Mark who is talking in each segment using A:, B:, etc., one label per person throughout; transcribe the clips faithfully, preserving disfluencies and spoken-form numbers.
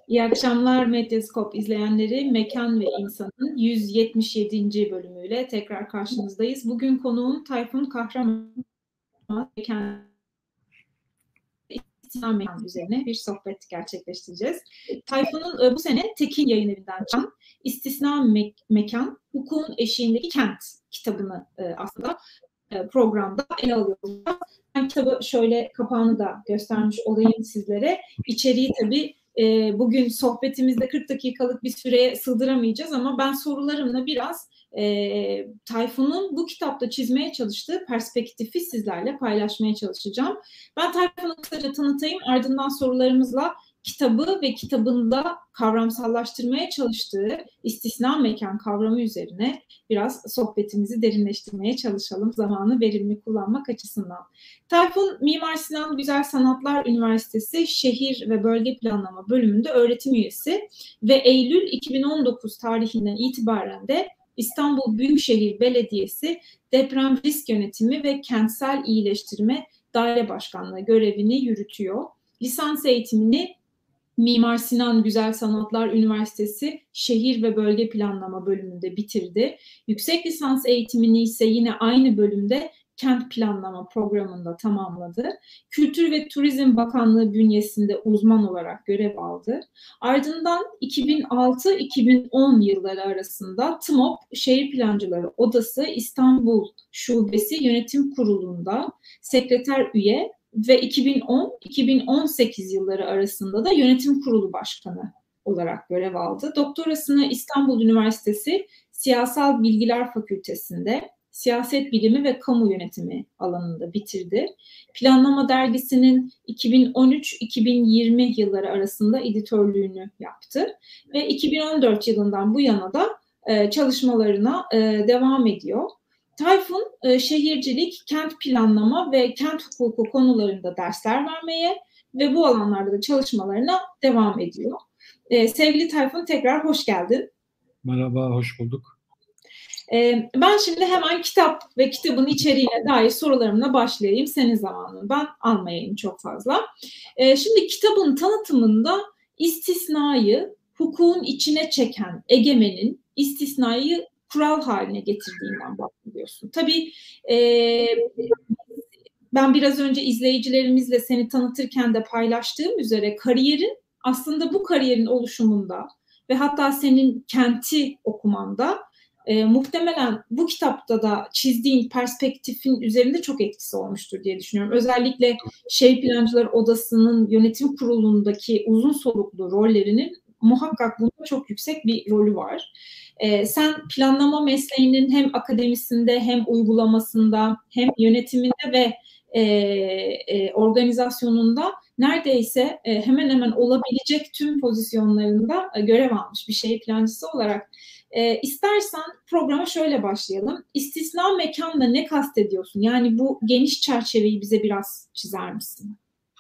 A: İyi akşamlar Medyaskop izleyenleri. Mekan ve İnsan'ın yüz yetmiş yedinci bölümüyle tekrar karşınızdayız. Bugün konuğum Tayfun Kahraman. Mekan İstisna Mekan üzerine bir sohbet gerçekleştireceğiz. Tayfun'un e, bu sene Tekin Yayın Evi'nden çıkan İstisna Me- Mekan, Hukukun Eşiğindeki Kent kitabını e, aslında e, programda ele alıyoruz. Ben kitabı şöyle kapağını da göstermiş olayım sizlere. İçeriği tabii e, bugün sohbetimizde kırk dakikalık bir süreye sığdıramayacağız ama ben sorularımla biraz e, Tayfun'un bu kitapta çizmeye çalıştığı perspektifi sizlerle paylaşmaya çalışacağım. Ben Tayfun'u kısaca tanıtayım, ardından sorularımızla kitabı ve kitabında kavramsallaştırmaya çalıştığı istisna mekan kavramı üzerine biraz sohbetimizi derinleştirmeye çalışalım zamanı verimli kullanmak açısından. Tayfun, Mimar Sinan Güzel Sanatlar Üniversitesi Şehir ve Bölge Planlama bölümünde öğretim üyesi ve Eylül iki bin on dokuz tarihinden itibaren de İstanbul Büyükşehir Belediyesi Deprem Risk Yönetimi ve Kentsel İyileştirme Daire Başkanlığı görevini yürütüyor. Lisans eğitimini Mimar Sinan Güzel Sanatlar Üniversitesi Şehir ve Bölge Planlama bölümünde bitirdi. Yüksek lisans eğitimini ise yine aynı bölümde Kent Planlama programında tamamladı. Kültür ve Turizm Bakanlığı bünyesinde uzman olarak görev aldı. Ardından iki bin altı iki bin on yılları arasında TMOP Şehir Plancıları Odası İstanbul Şubesi Yönetim Kurulu'nda sekreter üye ve iki bin on iki bin on sekiz yılları arasında da yönetim kurulu başkanı olarak görev aldı. Doktorasını İstanbul Üniversitesi Siyasal Bilgiler Fakültesi'nde siyaset bilimi ve kamu yönetimi alanında bitirdi. Planlama dergisinin iki bin on üç iki bin yirmi yılları arasında editörlüğünü yaptı ve iki bin on dört yılından bu yana da e, çalışmalarına e, devam ediyor. Tayfun e, şehircilik, kent planlama ve kent hukuku konularında dersler vermeye ve bu alanlarda da çalışmalarına devam ediyor. E, sevgili Tayfun, tekrar hoş geldin.
B: Merhaba, hoş bulduk.
A: E, ben şimdi hemen kitap ve kitabın içeriğine dair sorularımla başlayayım. Senin zamanını ben almayayım çok fazla. E, şimdi kitabın tanıtımında istisnayı hukukun içine çeken egemenin istisnayı kural haline getirdiğinden bahsediyorsun. Tabii e, ben biraz önce izleyicilerimizle seni tanıtırken de paylaştığım üzere kariyerin aslında bu kariyerin oluşumunda ve hatta senin kenti okumanda e, muhtemelen bu kitapta da çizdiğin perspektifin üzerinde çok etkisi olmuştur diye düşünüyorum. Özellikle Şehir Plancılar Odası'nın yönetim kurulundaki uzun soluklu rollerinin muhakkak bunda çok yüksek bir rolü var. Ee, sen planlama mesleğinin hem akademisinde hem uygulamasında hem yönetiminde ve e, e, organizasyonunda neredeyse e, hemen hemen olabilecek tüm pozisyonlarında e, görev almış bir şehir plancısı olarak. E, istersen programa şöyle başlayalım. İstisna mekanla ne kastediyorsun? Yani bu geniş çerçeveyi bize biraz çizer misin?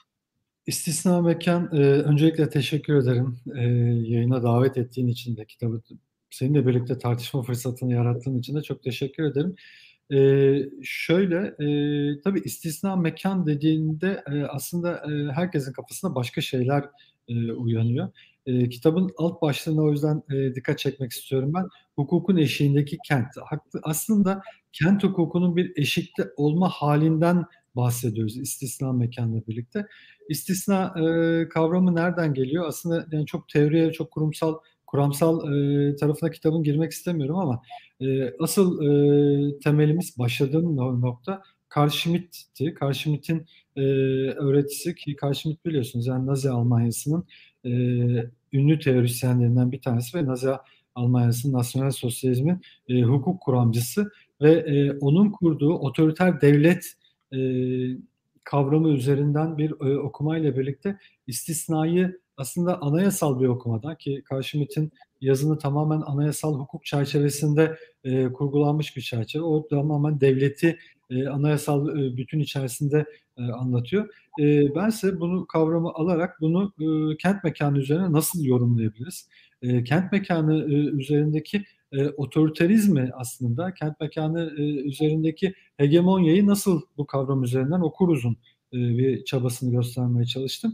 B: İstisna mekan, e, öncelikle teşekkür ederim e, yayına davet ettiğin için de kitabı seninle birlikte tartışma fırsatını yarattığın için de çok teşekkür ederim. E, şöyle, e, tabii istisna mekan dediğinde e, aslında e, herkesin kafasında başka şeyler e, uyanıyor. E, kitabın alt başlığına o yüzden e, dikkat çekmek istiyorum ben. Hukukun eşiğindeki kent. Haklı, aslında kent hukukunun bir eşikte olma halinden bahsediyoruz istisna mekanla birlikte. İstisna e, kavramı nereden geliyor? Aslında yani çok teoriye, çok kurumsal, kuramsal e, tarafına kitabın girmek istemiyorum ama e, asıl e, temelimiz başladığım nokta Carl Schmitt'ti. Carl Schmitt'in e, öğretisi ki Carl Schmitt biliyorsunuz yani Nazi Almanyası'nın e, ünlü teorisyenlerinden bir tanesi ve Nazi Almanyası'nın Nasyonel Sosyalizmin e, hukuk kuramcısı ve e, onun kurduğu otoriter devlet e, kavramı üzerinden bir e, okumayla birlikte istisnayı aslında anayasal bir okumadan ki Carl Schmitt'in yazını tamamen anayasal hukuk çerçevesinde e, kurgulanmış bir çerçeve. O tamamen devleti e, anayasal e, bütün içerisinde e, anlatıyor. E, bense bunu kavramı alarak bunu e, kent mekanı üzerine nasıl yorumlayabiliriz? E, kent mekanı e, üzerindeki e, otoriterizmi aslında kent mekanı e, üzerindeki hegemonyayı nasıl bu kavram üzerinden okuruzun e, bir çabasını göstermeye çalıştım.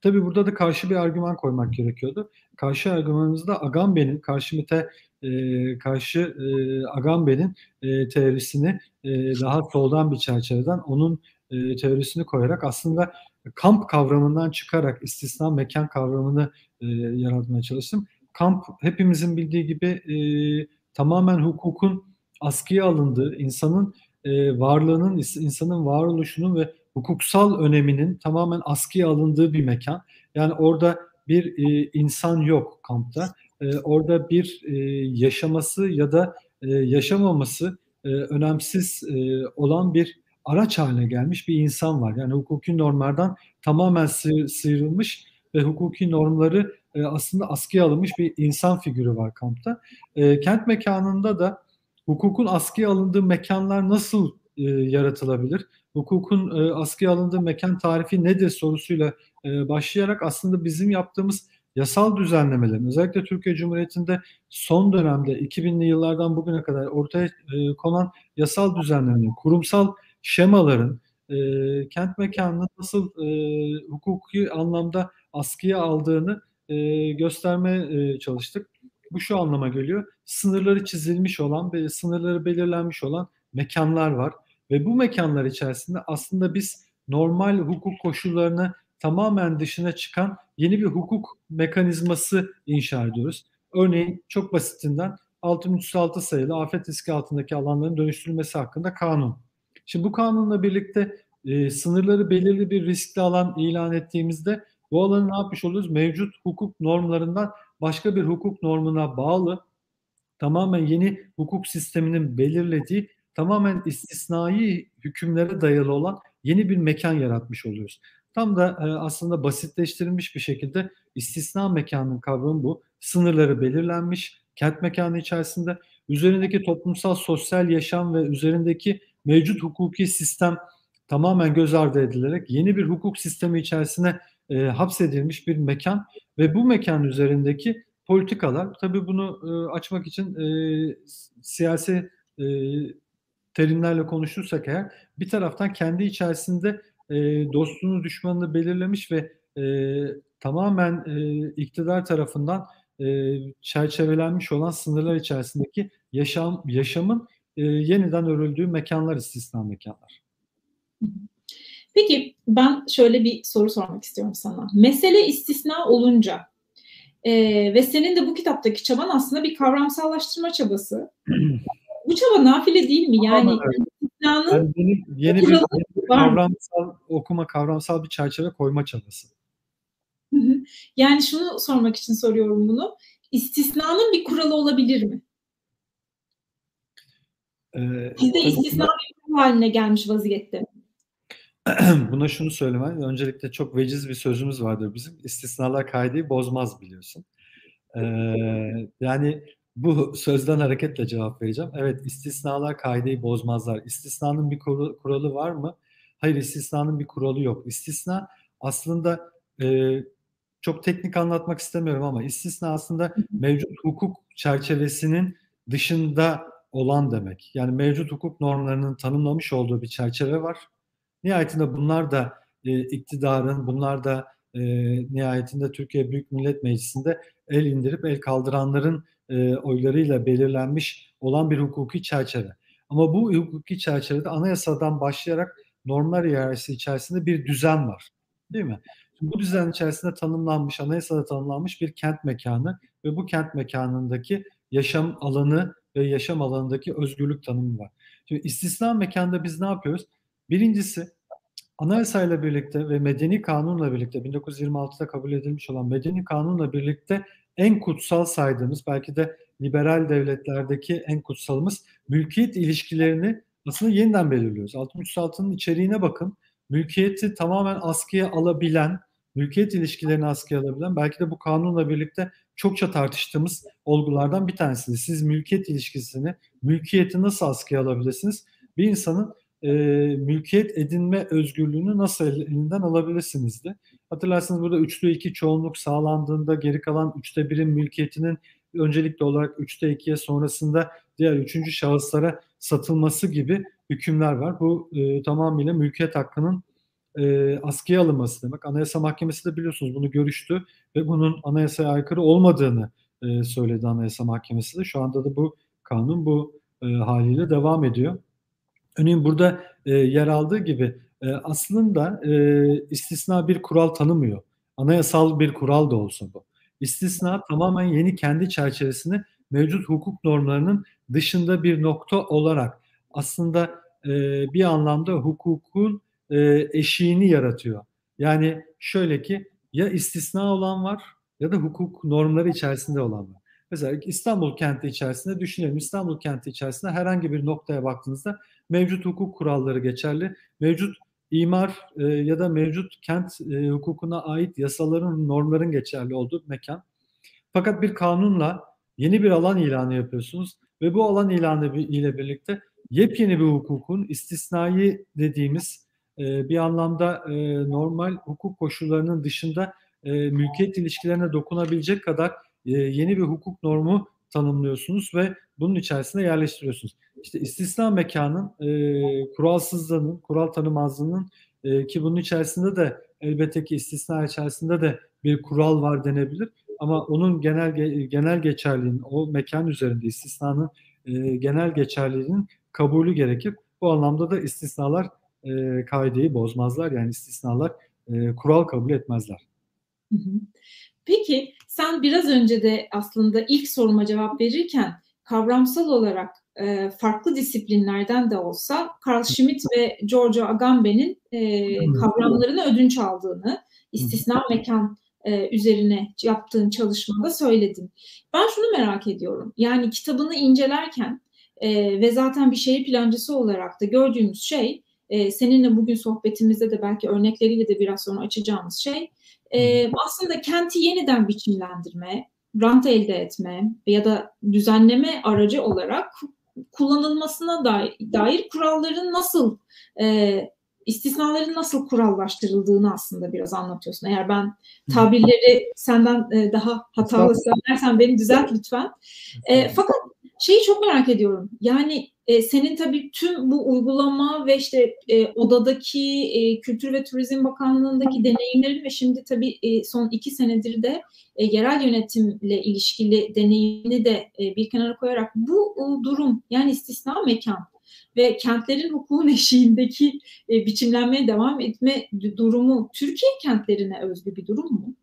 B: Tabii burada da karşı bir argüman koymak gerekiyordu. Karşı argümanımızda Agamben'in, karşı mite e, karşı e, Agamben'in e, teorisini e, daha soldan bir çerçeveden onun e, teorisini koyarak aslında kamp kavramından çıkarak istisna mekan kavramını e, yaratmaya çalıştım. Kamp hepimizin bildiği gibi e, tamamen hukukun askıya alındığı, insanın e, varlığının, insanın varoluşunun ve hukuksal öneminin tamamen askıya alındığı bir mekan. Yani orada bir e, insan yok kampta. E, orada bir e, yaşaması ya da e, yaşamaması e, önemsiz e, olan bir araç haline gelmiş bir insan var. Yani hukuki normlardan tamamen sıyır, sıyrılmış ve hukuki normları e, aslında askıya alınmış bir insan figürü var kampta. E, kent mekanında da hukukun askıya alındığı mekanlar nasıl e, yaratılabilir? Hukukun e, askıya alındığı mekan tarifi nedir sorusuyla e, başlayarak aslında bizim yaptığımız yasal düzenlemelerin, özellikle Türkiye Cumhuriyeti'nde son dönemde iki binli yıllardan bugüne kadar ortaya e, konan yasal düzenlemelerin, kurumsal şemaların e, kent mekanını nasıl e, hukuki anlamda askıya aldığını e, göstermeye e, çalıştık. Bu şu anlama geliyor. Sınırları çizilmiş olan ve sınırları belirlenmiş olan mekanlar var. Ve bu mekanlar içerisinde aslında biz normal hukuk koşullarını tamamen dışına çıkan yeni bir hukuk mekanizması inşa ediyoruz. Örneğin çok basitinden altı bin üç yüz altı sayılı afet riski altındaki alanların dönüştürülmesi hakkında kanun. Şimdi bu kanunla birlikte e, sınırları belirli bir riskli alan ilan ettiğimizde bu alanı ne yapmış oluyoruz? Mevcut hukuk normlarından başka bir hukuk normuna bağlı, tamamen yeni hukuk sisteminin belirlediği, tamamen istisnai hükümlere dayalı olan yeni bir mekan yaratmış oluyoruz. Tam da e, aslında basitleştirilmiş bir şekilde istisna mekanının kavramı bu. Sınırları belirlenmiş, kent mekanı içerisinde üzerindeki toplumsal sosyal yaşam ve üzerindeki mevcut hukuki sistem tamamen göz ardı edilerek yeni bir hukuk sistemi içerisine e, hapsedilmiş bir mekan ve bu mekan üzerindeki politikalar, tabii bunu e, açmak için e, siyasi e, terimlerle konuşursak eğer, bir taraftan kendi içerisinde e, dostluğunu düşmanını belirlemiş ve e, tamamen e, iktidar tarafından e, çerçevelenmiş olan sınırlar içerisindeki yaşam yaşamın e, yeniden örüldüğü mekanlar, istisna mekanlar.
A: Peki ben şöyle bir soru sormak istiyorum sana. Mesele istisna olunca Ee, ve senin de bu kitaptaki çaban aslında bir kavramsallaştırma çabası. Bu çaba nafile değil mi? Yani istisnanın
B: yani yeni, yeni bir, yeni bir kavramsal okuma, kavramsal bir çerçeve koyma çabası.
A: Hı hı. Yani şunu sormak için soruyorum bunu. İstisnanın bir kuralı olabilir mi?
B: Ee,
A: Bizde istisna bir kural haline gelmiş vaziyette.
B: Buna şunu söylemem. Öncelikle çok veciz bir sözümüz vardır bizim. İstisnalar kaideyi bozmaz, biliyorsun. Ee, yani bu sözden hareketle cevap vereceğim. Evet, istisnalar kaideyi bozmazlar. İstisnanın bir kuralı, kuralı var mı? Hayır, istisnanın bir kuralı yok. İstisna aslında e, çok teknik anlatmak istemiyorum ama istisna aslında mevcut hukuk çerçevesinin dışında olan demek. Yani mevcut hukuk normlarının tanımlamış olduğu bir çerçeve var. Nihayetinde bunlar da e, iktidarın, bunlar da e, nihayetinde Türkiye Büyük Millet Meclisi'nde el indirip el kaldıranların e, oylarıyla belirlenmiş olan bir hukuki çerçeve. Ama bu hukuki çerçevede anayasadan başlayarak normlar hiyerarşisi içerisinde bir düzen var. Değil mi? Şimdi bu düzen içerisinde tanımlanmış, anayasada tanımlanmış bir kent mekanı ve bu kent mekanındaki yaşam alanı ve yaşam alanındaki özgürlük tanımı var. Şimdi istisna mekanda biz ne yapıyoruz? Birincisi, anayasayla birlikte ve medeni kanunla birlikte bin dokuz yüz yirmi altıda kabul edilmiş olan medeni kanunla birlikte en kutsal saydığımız, belki de liberal devletlerdeki en kutsalımız mülkiyet ilişkilerini aslında yeniden belirliyoruz. altı bin üç yüz altının içeriğine bakın. Mülkiyeti tamamen askıya alabilen, mülkiyet ilişkilerini askıya alabilen, belki de bu kanunla birlikte çokça tartıştığımız olgulardan bir tanesi. Siz mülkiyet ilişkisini, mülkiyeti nasıl askıya alabilirsiniz? Bir insanın e, mülkiyet edinme özgürlüğünü nasıl elinden alabilirsinizdi? Hatırlarsınız, burada üçte iki çoğunluk sağlandığında geri kalan üçte birin mülkiyetinin öncelikli olarak üçte ikiye sonrasında diğer üçüncü şahıslara satılması gibi hükümler var. Bu e, tamamıyla mülkiyet hakkının e, askıya alınması demek. Anayasa Mahkemesi de biliyorsunuz bunu görüştü ve bunun anayasaya aykırı olmadığını e, söyledi Anayasa Mahkemesi de. Şu anda da bu kanun bu e, haliyle devam ediyor. Örneğin burada e, yer aldığı gibi e, aslında e, istisna bir kural tanımıyor. Anayasal bir kural da olsa bu. İstisna tamamen yeni kendi çerçevesini mevcut hukuk normlarının dışında bir nokta olarak aslında e, bir anlamda hukukun e, eşiğini yaratıyor. Yani şöyle ki ya istisna olan var ya da hukuk normları içerisinde olan var. Mesela İstanbul kenti içerisinde düşünelim. İstanbul kenti içerisinde herhangi bir noktaya baktığınızda mevcut hukuk kuralları geçerli. Mevcut imar e, ya da mevcut kent e, hukukuna ait yasaların, normların geçerli olduğu mekan. Fakat bir kanunla yeni bir alan ilanı yapıyorsunuz ve bu alan ilanı ile birlikte yepyeni bir hukukun istisnai dediğimiz e, bir anlamda e, normal hukuk koşullarının dışında e, mülkiyet ilişkilerine dokunabilecek kadar e, yeni bir hukuk normu tanımlıyorsunuz ve bunun içerisine yerleştiriyorsunuz. İşte istisna mekanın e, kuralsızlığının, kural tanımazlığının e, ki bunun içerisinde de elbette ki istisna içerisinde de bir kural var denebilir. Ama onun genel genel geçerliliğinin, o mekan üzerinde istisnanın e, genel geçerliliğinin kabulü gerekir. Bu anlamda da istisnalar e, kaideyi bozmazlar. Yani istisnalar e, kural kabul etmezler.
A: Hı hı. Peki sen biraz önce de aslında ilk soruma cevap verirken kavramsal olarak e, farklı disiplinlerden de olsa Carl Schmitt ve Giorgio Agamben'in e, kavramlarını ödünç aldığını, istisna mekan e, üzerine yaptığın çalışmada söyledin. Ben şunu merak ediyorum. Yani kitabını incelerken e, ve zaten bir şehir plancısı olarak da gördüğümüz şey, e, seninle bugün sohbetimizde de belki örnekleriyle de biraz sonra açacağımız şey, e, aslında kenti yeniden biçimlendirme, rant elde etme ya da düzenleme aracı olarak kullanılmasına dair, dair kuralların nasıl, e, istisnaların nasıl kurallaştırıldığını aslında biraz anlatıyorsun. Eğer ben tabirleri senden e, daha hatalı söylersem beni düzelt lütfen. E, fakat şeyi çok merak ediyorum. Yani e, senin tabii tüm bu uygulama ve işte e, odadaki e, Kültür ve Turizm Bakanlığı'ndaki deneyimlerin ve şimdi tabii e, son iki senedir de e, yerel yönetimle ilişkili deneyimini de e, bir kenara koyarak bu e, durum, yani istisna mekan ve kentlerin hukukun eşiğindeki e, biçimlenmeye devam etme durumu Türkiye kentlerine özgü bir durum mu?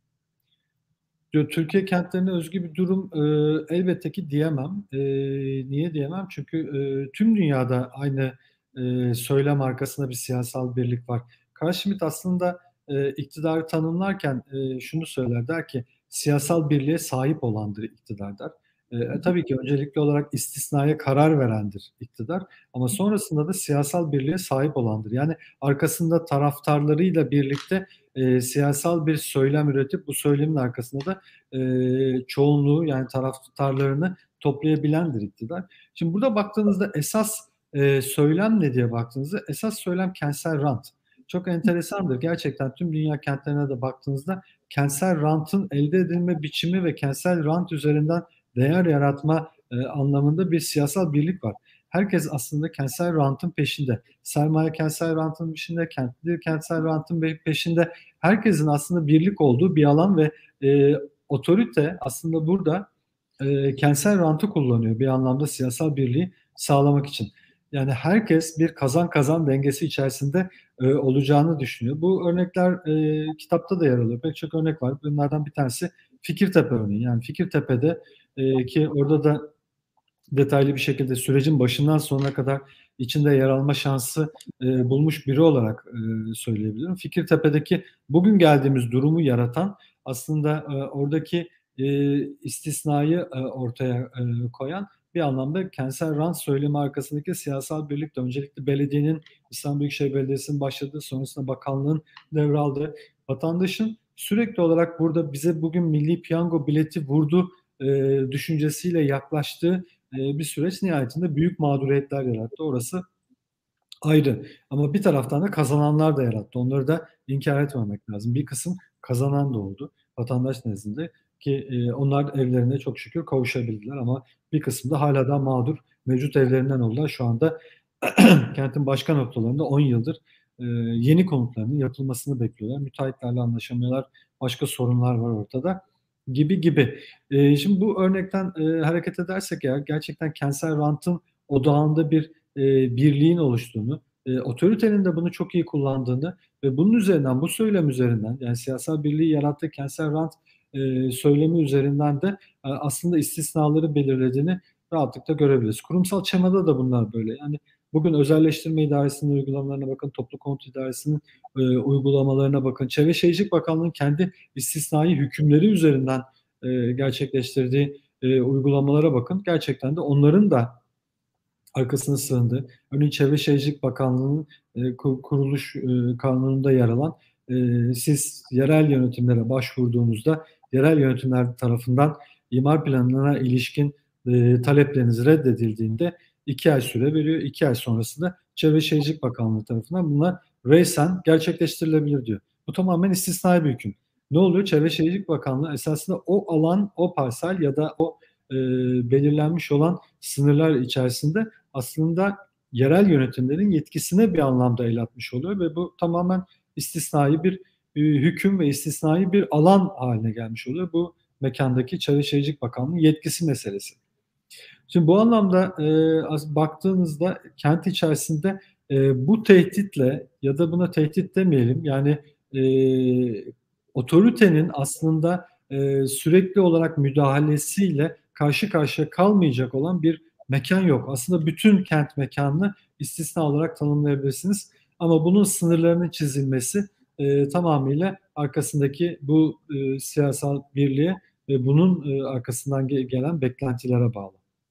B: Türkiye kentlerine özgü bir durum e, elbette ki diyemem. E, niye diyemem? Çünkü e, tüm dünyada aynı e, söylem arkasında bir siyasal birlik var. Carl Schmitt aslında e, iktidarı tanımlarken e, şunu söyler, der ki siyasal birliğe sahip olandır iktidar der. E, tabii ki öncelikli olarak istisnaya karar verendir iktidar ama sonrasında da siyasal birliğe sahip olandır. Yani arkasında taraftarlarıyla birlikte e, siyasal bir söylem üretip bu söylemin arkasında da e, çoğunluğu yani taraftarlarını toplayabilendir iktidar. Şimdi burada baktığınızda esas e, söylem ne diye baktığınızda esas söylem kentsel rant. Çok enteresandır. Gerçekten tüm dünya kentlerine de baktığınızda kentsel rantın elde edilme biçimi ve kentsel rant üzerinden değer yaratma e, anlamında bir siyasal birlik var. Herkes aslında kentsel rantın peşinde. Sermaye kentsel rantın peşinde, kentli kentsel rantın peşinde. Herkesin aslında birlik olduğu bir alan ve e, otorite aslında burada e, kentsel rantı kullanıyor bir anlamda siyasal birliği sağlamak için. Yani herkes bir kazan kazan dengesi içerisinde e, olacağını düşünüyor. Bu örnekler e, kitapta da yer alıyor. Pek çok örnek var. Bunlardan bir tanesi Fikirtepe örneği. Yani Fikirtepe'de e, ki orada da detaylı bir şekilde sürecin başından sonuna kadar içinde yer alma şansı e, bulmuş biri olarak e, söyleyebilirim. Fikirtepe'deki bugün geldiğimiz durumu yaratan aslında e, oradaki e, istisnayı e, ortaya e, koyan bir anlamda kentsel rant söylemi arkasındaki siyasal birlik de öncelikle belediyenin, İstanbul Büyükşehir Belediyesi'nin başladığı, sonrasında bakanlığın devraldığı, vatandaşın sürekli olarak burada bize bugün milli piyango bileti vurdu e, düşüncesiyle yaklaştığı bir süreç nihayetinde büyük mağduriyetler yarattı. Orası ayrı. Ama bir taraftan da kazananlar da yarattı. Onları da inkar etmemek lazım. Bir kısım kazanan da oldu vatandaş nezdinde ki e, onlar evlerine çok şükür kavuşabildiler ama bir kısım da hala da mağdur mevcut evlerinden oldular. Şu anda kentin başka noktalarında on yıldır e, yeni konutlarının yapılmasını bekliyorlar. Müteahhitlerle anlaşamıyorlar. Başka sorunlar var ortada gibi gibi. E, şimdi bu örnekten e, hareket edersek eğer gerçekten kentsel rantın odağında bir e, birliğin oluştuğunu, e, otoritenin de bunu çok iyi kullandığını ve bunun üzerinden, bu söylem üzerinden, yani siyasal birliği yarattığı kentsel rant e, söylemi üzerinden de e, aslında istisnaları belirlediğini rahatlıkla görebiliriz. Kurumsal çemada da bunlar böyle. Yani bugün özelleştirme idaresinin uygulamalarına bakın, toplu konut idaresinin e, uygulamalarına bakın. Çevre Şehircilik Bakanlığı'nın kendi istisnai hükümleri üzerinden e, gerçekleştirdiği e, uygulamalara bakın. Gerçekten de onların da arkasına sığındı. Örneğin Çevre Şehircilik Bakanlığı'nın e, kuruluş e, kanununda yer alan e, siz yerel yönetimlere başvurduğunuzda yerel yönetimler tarafından imar planına ilişkin e, talepleriniz reddedildiğinde iki ay süre veriyor. İki ay sonrasında Çevre Şehircilik Bakanlığı tarafından bunlar reysen gerçekleştirilebilir diyor. Bu tamamen istisnai bir hüküm. Ne oluyor? Çevre Şehircilik Bakanlığı esasında o alan, o parsel ya da o e, belirlenmiş olan sınırlar içerisinde aslında yerel yönetimlerin yetkisine bir anlamda el atmış oluyor ve bu tamamen istisnai bir e, hüküm ve istisnai bir alan haline gelmiş oluyor. Bu mekandaki Çevre Şehircilik Bakanlığı'nın yetkisi meselesi. Şimdi bu anlamda e, baktığınızda kent içerisinde e, bu tehditle ya da buna tehdit demeyelim yani e, otoritenin aslında e, sürekli olarak müdahalesiyle karşı karşıya kalmayacak olan bir mekan yok. Aslında bütün kent mekanını istisna olarak tanımlayabilirsiniz. Ama bunun sınırlarının çizilmesi e, tamamıyla arkasındaki bu e, siyasal birliğe ve bunun e, arkasından ge- gelen beklentilere bağlı.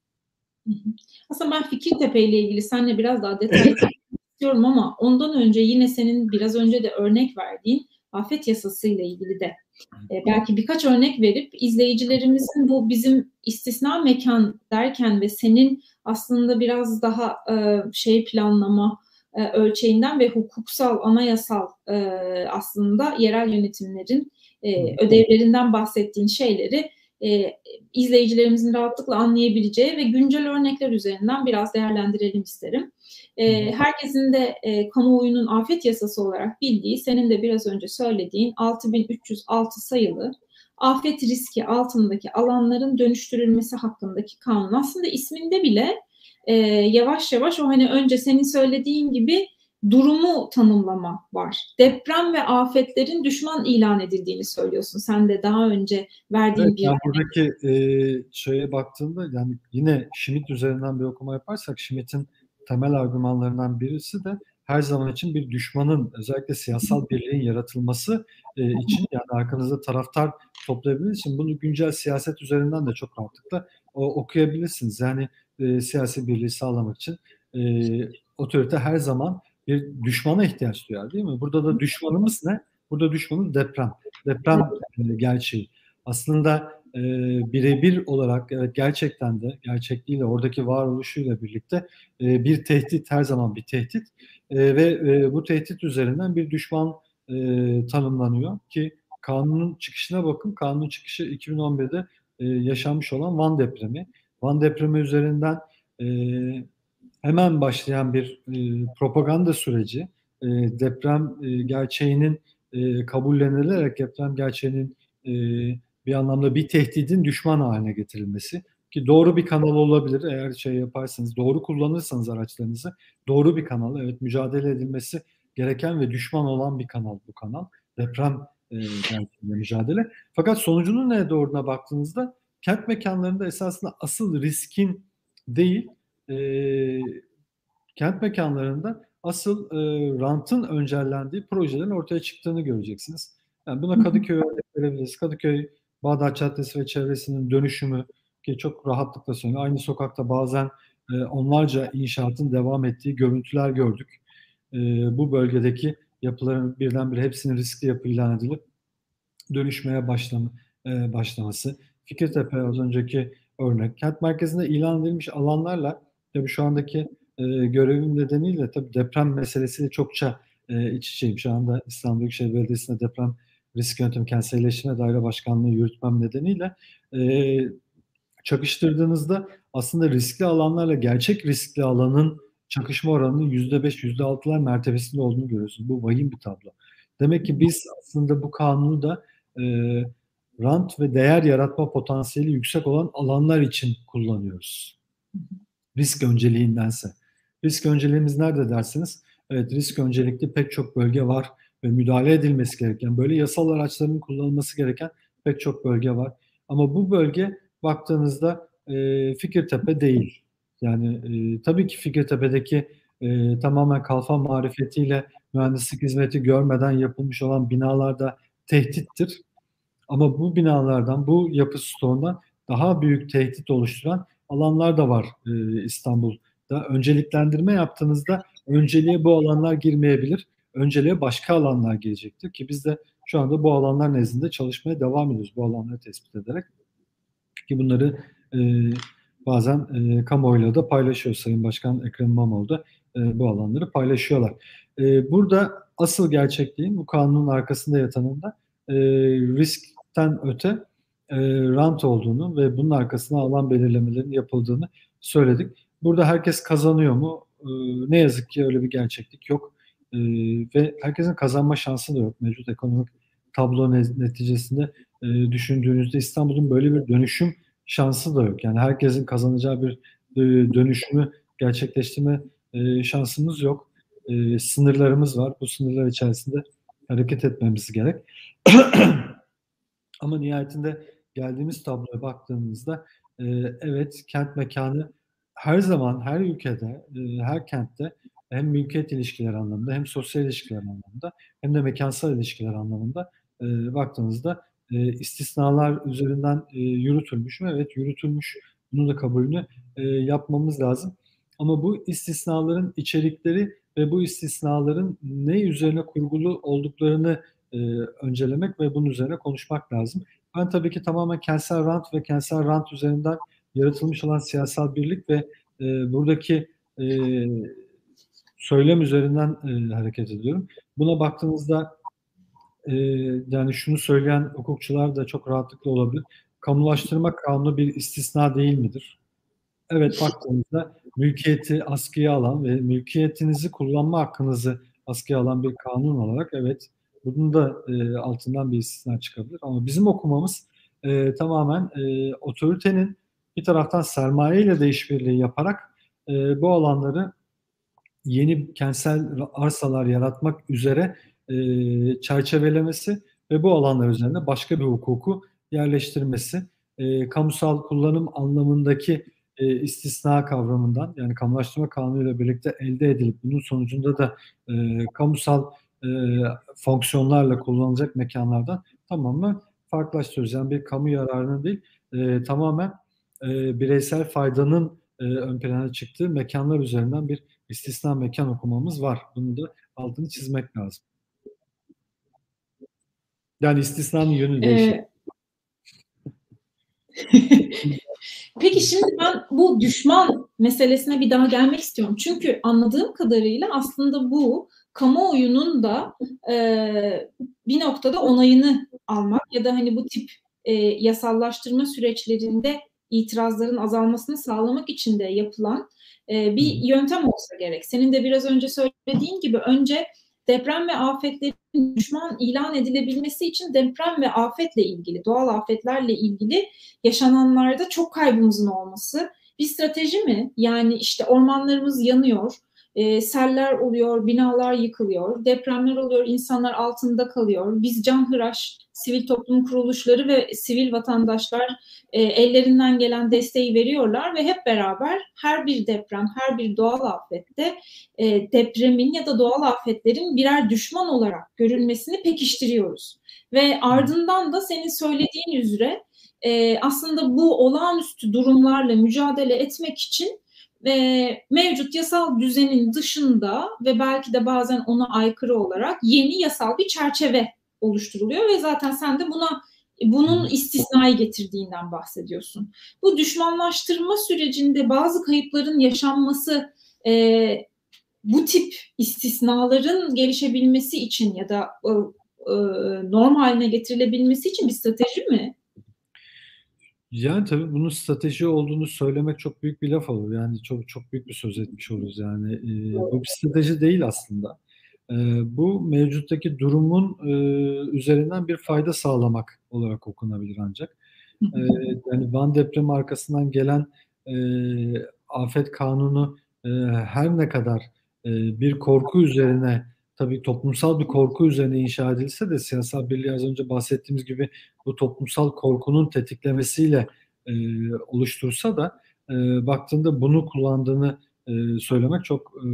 A: Aslında ben Fikirtepe ile ilgili seninle biraz daha detaylı konuşmak istiyorum ama ondan önce yine senin biraz önce de örnek verdiğin afet yasası ile ilgili de e, belki birkaç örnek verip izleyicilerimizin bu bizim istisna mekan derken ve senin aslında biraz daha e, şey planlama e, ölçeğinden ve hukuksal, anayasal e, aslında yerel yönetimlerin e, ödevlerinden bahsettiğin şeyleri e, izleyicilerimizin rahatlıkla anlayabileceği ve güncel örnekler üzerinden biraz değerlendirelim isterim. E, herkesin de e, kamuoyunun afet yasası olarak bildiği, senin de biraz önce söylediğin altı bin üç yüz altı sayılı afet riski altındaki alanların dönüştürülmesi hakkındaki kanun. Aslında isminde bile e, yavaş yavaş o hani önce senin söylediğin gibi durumu tanımlama var. Deprem ve afetlerin düşman ilan edildiğini söylüyorsun. Sen de daha önce verdiğin
B: evet,
A: bir...
B: Yani buradaki e, şeye baktığımda yani yine Schmitt üzerinden bir okuma yaparsak Schmitt'in temel argümanlarından birisi de her zaman için bir düşmanın özellikle siyasal birliğin yaratılması e, için yani arkanızda taraftar toplayabildiğiniz için bunu güncel siyaset üzerinden de çok rahatlıkla o, okuyabilirsiniz. Yani e, siyasi birliği sağlamak için e, otorite her zaman bir düşmana ihtiyaç duyar değil mi? Burada da düşmanımız ne? Burada düşmanımız deprem. Deprem e, gerçeği. Aslında e, birebir olarak evet gerçekten de gerçekliğiyle oradaki varoluşuyla birlikte e, bir tehdit her zaman bir tehdit e, ve e, bu tehdit üzerinden bir düşman e, tanımlanıyor ki kanunun çıkışına bakın. Kanunun çıkışı iki bin on birde e, yaşanmış olan Van depremi. Van depremi üzerinden e, hemen başlayan bir e, propaganda süreci e, deprem e, gerçeğinin e, kabullenilerek deprem gerçeğinin e, bir anlamda bir tehdidin düşman haline getirilmesi ki doğru bir kanal olabilir eğer şey yaparsanız doğru kullanırsanız araçlarınızı doğru bir kanal evet mücadele edilmesi gereken ve düşman olan bir kanal bu kanal deprem e, gerçeğiyle mücadele fakat sonucunun ne doğruna baktığınızda kent mekanlarında esasında asıl riskin değil e, kent mekanlarında asıl e, rantın öncellendiği projelerin ortaya çıktığını göreceksiniz. Yani buna Kadıköy örnek verebiliriz. Kadıköy, Bağdat Caddesi ve çevresinin dönüşümü ki çok rahatlıkla söylüyorum. Aynı sokakta bazen e, onlarca inşaatın devam ettiği görüntüler gördük. E, bu bölgedeki yapıların birdenbire hepsinin riskli yapı ilan edilip dönüşmeye başlama, e, başlaması. Fikirtepe az önceki örnek. Kent merkezinde ilan edilmiş alanlarla tabii şu andaki e, görevim nedeniyle tabii deprem meselesiyle çokça e, iç içeyim. Şu anda İstanbul Büyükşehir Belediyesi'nde deprem risk yönetimi kentselleştirme daire başkanlığı yürütmem nedeniyle e, çakıştırdığınızda aslında riskli alanlarla gerçek riskli alanın çakışma oranının yüzde beş, yüzde altılar mertebesinde olduğunu görüyorsunuz. Bu vahim bir tablo. Demek ki biz aslında bu kanunu da e, rant ve değer yaratma potansiyeli yüksek olan alanlar için kullanıyoruz. Risk önceliğindense. Risk önceliğimiz nerede dersiniz? Evet, risk öncelikli pek çok bölge var ve müdahale edilmesi gereken, böyle yasal araçların kullanılması gereken pek çok bölge var. Ama bu bölge baktığınızda e, Fikirtepe değil. Yani e, tabii ki Fikirtepe'deki e, tamamen kalfa marifetiyle mühendislik hizmeti görmeden yapılmış olan binalar da tehdittir. Ama bu binalardan, bu yapı stoğundan daha büyük tehdit oluşturan alanlar da var e, İstanbul'da. Önceliklendirme yaptığınızda önceliğe bu alanlar girmeyebilir. Önceliğe başka alanlar gelecektir ki biz de şu anda bu alanlar nezdinde çalışmaya devam ediyoruz. Bu alanları tespit ederek. Ki bunları e, bazen e, kamuoyuyla da paylaşıyor. Sayın Başkan Ekrem İmamoğlu da e, bu alanları paylaşıyorlar. E, burada asıl gerçekliğin bu kanunun arkasında yatanın da e, riskten öte e, rant olduğunu ve bunun arkasına alan belirlemelerinin yapıldığını söyledik. Burada herkes kazanıyor mu? E, ne yazık ki öyle bir gerçeklik yok. E, ve herkesin kazanma şansı da yok. Mevcut ekonomik tablo neticesinde e, düşündüğünüzde İstanbul'un böyle bir dönüşüm şansı da yok. Yani herkesin kazanacağı bir e, dönüşümü gerçekleştirme e, şansımız yok. E, sınırlarımız var. Bu sınırlar içerisinde hareket etmemiz gerek. Ama nihayetinde geldiğimiz tabloya baktığımızda e, evet, kent mekanı her zaman her ülkede, e, her kentte hem mülkiyet ilişkileri anlamında hem sosyal ilişkiler anlamında hem de mekansal ilişkiler anlamında e, baktığınızda e, istisnalar üzerinden e, yürütülmüş mü? Evet, yürütülmüş. Bunun da kabulünü e, yapmamız lazım. Ama bu istisnaların içerikleri ve bu istisnaların ne üzerine kurgulu olduklarını e, öncelemek ve bunun üzerine konuşmak lazım. Ben tabii ki tamamen kentsel rant ve kentsel rant üzerinden yaratılmış olan siyasal birlik ve e, buradaki e, söylem üzerinden e, hareket ediyorum. Buna baktığınızda e, yani şunu söyleyen hukukçular da çok rahatlıkla olabilir. Kamulaştırma kanunu bir istisna değil midir? Evet, baktığınızda mülkiyeti askıya alan ve mülkiyetinizi kullanma hakkınızı askıya alan bir kanun olarak evet, bunun da e, altından bir istisna çıkabilir. Ama bizim okumamız e, tamamen e, otoritenin bir taraftan sermaye ile de işbirliği yaparak e, bu alanları yeni kentsel arsalar yaratmak üzere e, çerçevelemesi ve bu alanlar üzerinde başka bir hukuku yerleştirmesi, e, kamusal kullanım anlamındaki e, istisna kavramından, yani kamulaştırma kanunuyla birlikte elde edilip bunun sonucunda da e, kamusal e, fonksiyonlarla kullanılacak mekanlardan tamamen farklılaştırıyoruz. Yani bir kamu yararının değil, e, tamamen e, bireysel faydanın e, ön plana çıktığı mekanlar üzerinden bir istisna mekan okumamız var. Bunu da altını çizmek lazım. Yani istisnanın yönü değişir.
A: Ee, Peki şimdi ben bu düşman meselesine bir daha gelmek istiyorum. Çünkü anladığım kadarıyla aslında bu kamuoyunun da e, bir noktada onayını almak ya da hani bu tip e, yasallaştırma süreçlerinde itirazların azalmasını sağlamak için de yapılan e, bir yöntem olsa gerek. Senin de biraz önce söylediğin gibi önce deprem ve afetlerin düşman ilan edilebilmesi için deprem ve afetle ilgili, doğal afetlerle ilgili yaşananlarda çok kaybımızın olması bir strateji mi? Yani işte ormanlarımız yanıyor, e, seller oluyor, binalar yıkılıyor, depremler oluyor, insanlar altında kalıyor. Biz canhıraş sivil toplum kuruluşları ve sivil vatandaşlar e, ellerinden gelen desteği veriyorlar ve hep beraber her bir deprem, her bir doğal afette e, depremin ya da doğal afetlerin birer düşman olarak görülmesini pekiştiriyoruz. Ve ardından da senin söylediğin üzere e, aslında bu olağanüstü durumlarla mücadele etmek için e, mevcut yasal düzenin dışında ve belki de bazen ona aykırı olarak yeni yasal bir çerçeve oluşturuluyor ve zaten sen de buna bunun istisnayı getirdiğinden bahsediyorsun. Bu düşmanlaştırma sürecinde bazı kayıpların yaşanması e, bu tip istisnaların gelişebilmesi için ya da e, e, norm haline getirilebilmesi için bir strateji mi?
B: Yani tabii bunun strateji olduğunu söylemek çok büyük bir laf olur. Yani çok çok büyük bir söz etmiş oluruz. Yani e, bu bir strateji değil aslında. E, bu mevcuttaki durumun e, üzerinden bir fayda sağlamak olarak okunabilir ancak. E, Yani Van depremi arkasından gelen e, afet kanunu e, her ne kadar e, bir korku üzerine, tabii toplumsal bir korku üzerine inşa edilse de, siyasal birliği az önce bahsettiğimiz gibi bu toplumsal korkunun tetiklemesiyle e, oluştursa da e, baktığında bunu kullandığını e, söylemek çok e,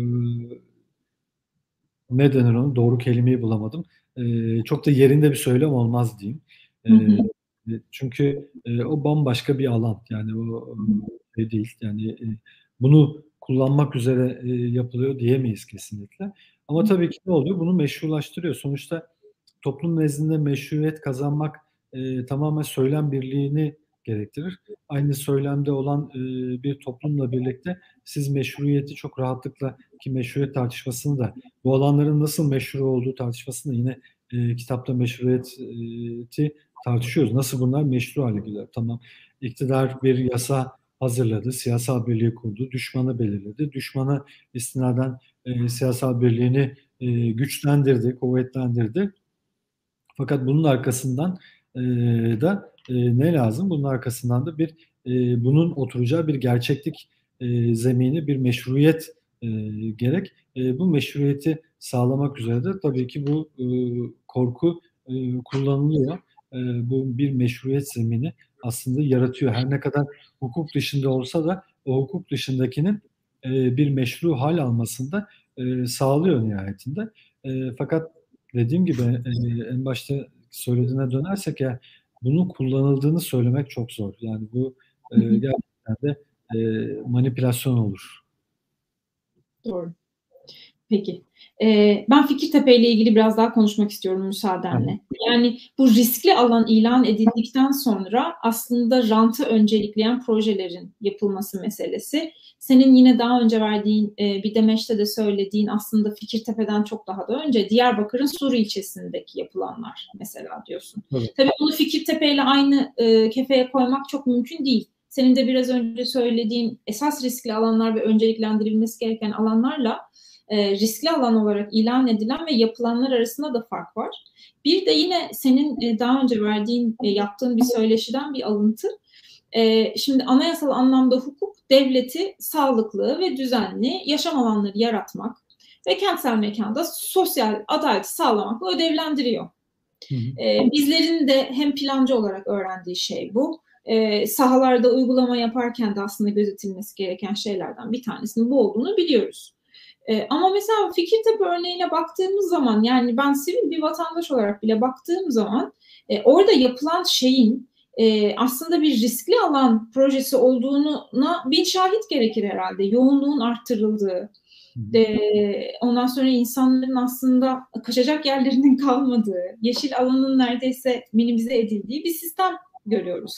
B: ne denir onu, doğru kelimeyi bulamadım. E, çok da yerinde bir söylem olmaz diyeyim. E, Çünkü e, o bambaşka bir alan. Yani o e, şey değil. Yani e, bunu kullanmak üzere e, yapılıyor diyemeyiz kesinlikle. Ama tabii ki ne oluyor? Bunu meşrulaştırıyor. Sonuçta toplum nezdinde meşruiyet kazanmak e, tamamen söylem birliğini gerektirir. Aynı söylemde olan e, bir toplumla birlikte siz meşruiyeti çok rahatlıkla, ki meşruiyet tartışmasını da, bu alanların nasıl meşru olduğu tartışmasını da yine e, kitapta meşruiyeti tartışıyoruz. Nasıl bunlar meşru hale geliyor? Tamam, iktidar bir yasa hazırladı, siyasal birliği kurdu, düşmanı belirledi. Düşmana istinaden e, siyasal birliğini e, güçlendirdi, kuvvetlendirdi. Fakat bunun arkasından e, da e, ne lazım? Bunun arkasından da bir e, bunun oturacağı bir gerçeklik e, zemini, bir meşruiyet e, gerek. E, bu meşruiyeti sağlamak üzere de tabii ki bu e, korku e, kullanılıyor. E, bu bir meşruiyet zemini aslında yaratıyor. Her ne kadar hukuk dışında olsa da o hukuk dışındakinin e, bir meşru hal almasında e, sağlıyor nihayetinde. E, fakat dediğim gibi e, en başta söylediğine dönersek ya, bunun kullanıldığını söylemek çok zor. Yani bu e, gerçekten de e, manipülasyon olur.
A: Doğru. Peki. Ee, ben Fikirtepe ile ilgili biraz daha konuşmak istiyorum müsaadenle. Yani bu riskli alan ilan edildikten sonra aslında rantı öncelikleyen projelerin yapılması meselesi. Senin yine daha önce verdiğin e, bir demeçte de söylediğin, aslında Fikirtepe'den çok daha da önce Diyarbakır'ın Sur ilçesindeki yapılanlar mesela diyorsun. Evet. Tabii bunu Fikirtepe ile aynı e, kefeye koymak çok mümkün değil. Senin de biraz önce söylediğin esas riskli alanlar ve önceliklendirilmesi gereken alanlarla E, riskli alan olarak ilan edilen ve yapılanlar arasında da fark var. Bir de yine senin e, daha önce verdiğin, e, yaptığın bir söyleşiden bir alıntı. E, şimdi anayasal anlamda hukuk, devleti sağlıklı ve düzenli yaşam alanları yaratmak ve kentsel mekanda sosyal adaleti sağlamakla ödevlendiriyor. Hı hı. E, bizlerin de hem plancı olarak öğrendiği şey bu. E, sahalarda uygulama yaparken de aslında gözetilmesi gereken şeylerden bir tanesinin bu olduğunu biliyoruz. Ee, ama mesela Fikirtepe örneğine baktığımız zaman, yani ben sivil bir vatandaş olarak bile baktığım zaman e, orada yapılan şeyin e, aslında bir riskli alan projesi olduğuna bir şahit gerekir herhalde. Yoğunluğun arttırıldığı, e, ondan sonra insanların aslında kaçacak yerlerinin kalmadığı, yeşil alanın neredeyse minimize edildiği bir sistem görüyoruz.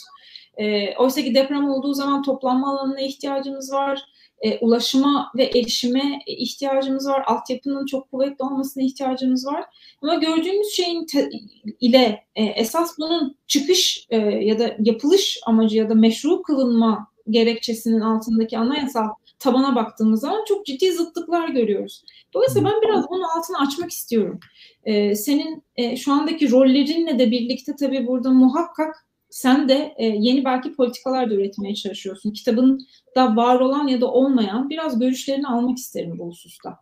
A: E, oysa ki deprem olduğu zaman toplanma alanına ihtiyacımız var. E, ulaşıma ve erişime ihtiyacımız var. Altyapının çok kuvvetli olmasına ihtiyacımız var. Ama gördüğümüz şeyin te- ile e, esas bunun çıkış e, ya da yapılış amacı ya da meşru kılınma gerekçesinin altındaki anayasal tabana baktığımız zaman çok ciddi zıtlıklar görüyoruz. Dolayısıyla ben biraz bunun altını açmak istiyorum. E, senin e, şu andaki rollerinle de birlikte tabii burada muhakkak sen de e, yeni belki politikalar da üretmeye çalışıyorsun. Kitabın da var olan ya da olmayan biraz görüşlerini almak isterim bu hususta.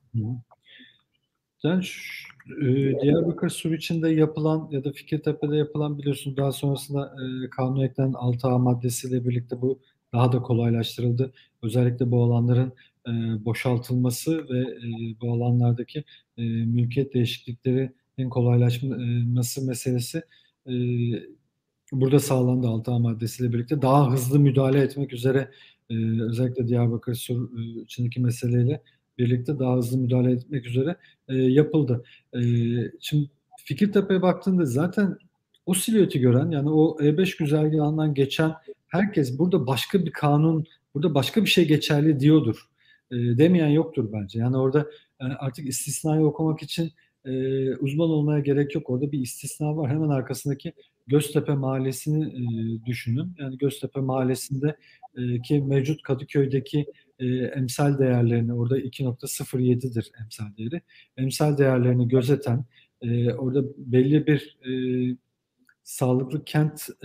B: Yani şu, e, Diyarbakır Sur içinde yapılan ya da Fikirtepe'de yapılan, biliyorsunuz daha sonrasında e, kanuna eklenen altı A maddesiyle birlikte bu daha da kolaylaştırıldı. Özellikle bu alanların e, boşaltılması ve e, bu alanlardaki e, mülkiyet değişikliklerinin kolaylaşması meselesi e, burada sağlandı. altı A maddesiyle birlikte daha hızlı müdahale etmek üzere e, özellikle Diyarbakır Sur e, içindeki meseleyle birlikte daha hızlı müdahale etmek üzere e, yapıldı. E, şimdi Fikirtepe'ye baktığında zaten o silüeti gören, yani o E beş güzergahından geçen herkes burada başka bir kanun, burada başka bir şey geçerli diyordur. E, demeyen yoktur bence. Yani orada e, artık istisnayı okumak için e, uzman olmaya gerek yok. Orada bir istisna var. Hemen arkasındaki Göztepe Mahallesi'ni e, düşünün. Yani Göztepe Mahallesi'nde e, ki mevcut Kadıköy'deki e, emsal değerlerini, orada iki nokta sıfır yedidir emsal değeri. Emsal değerlerini gözeten, e, orada belli bir e, sağlıklı kent e,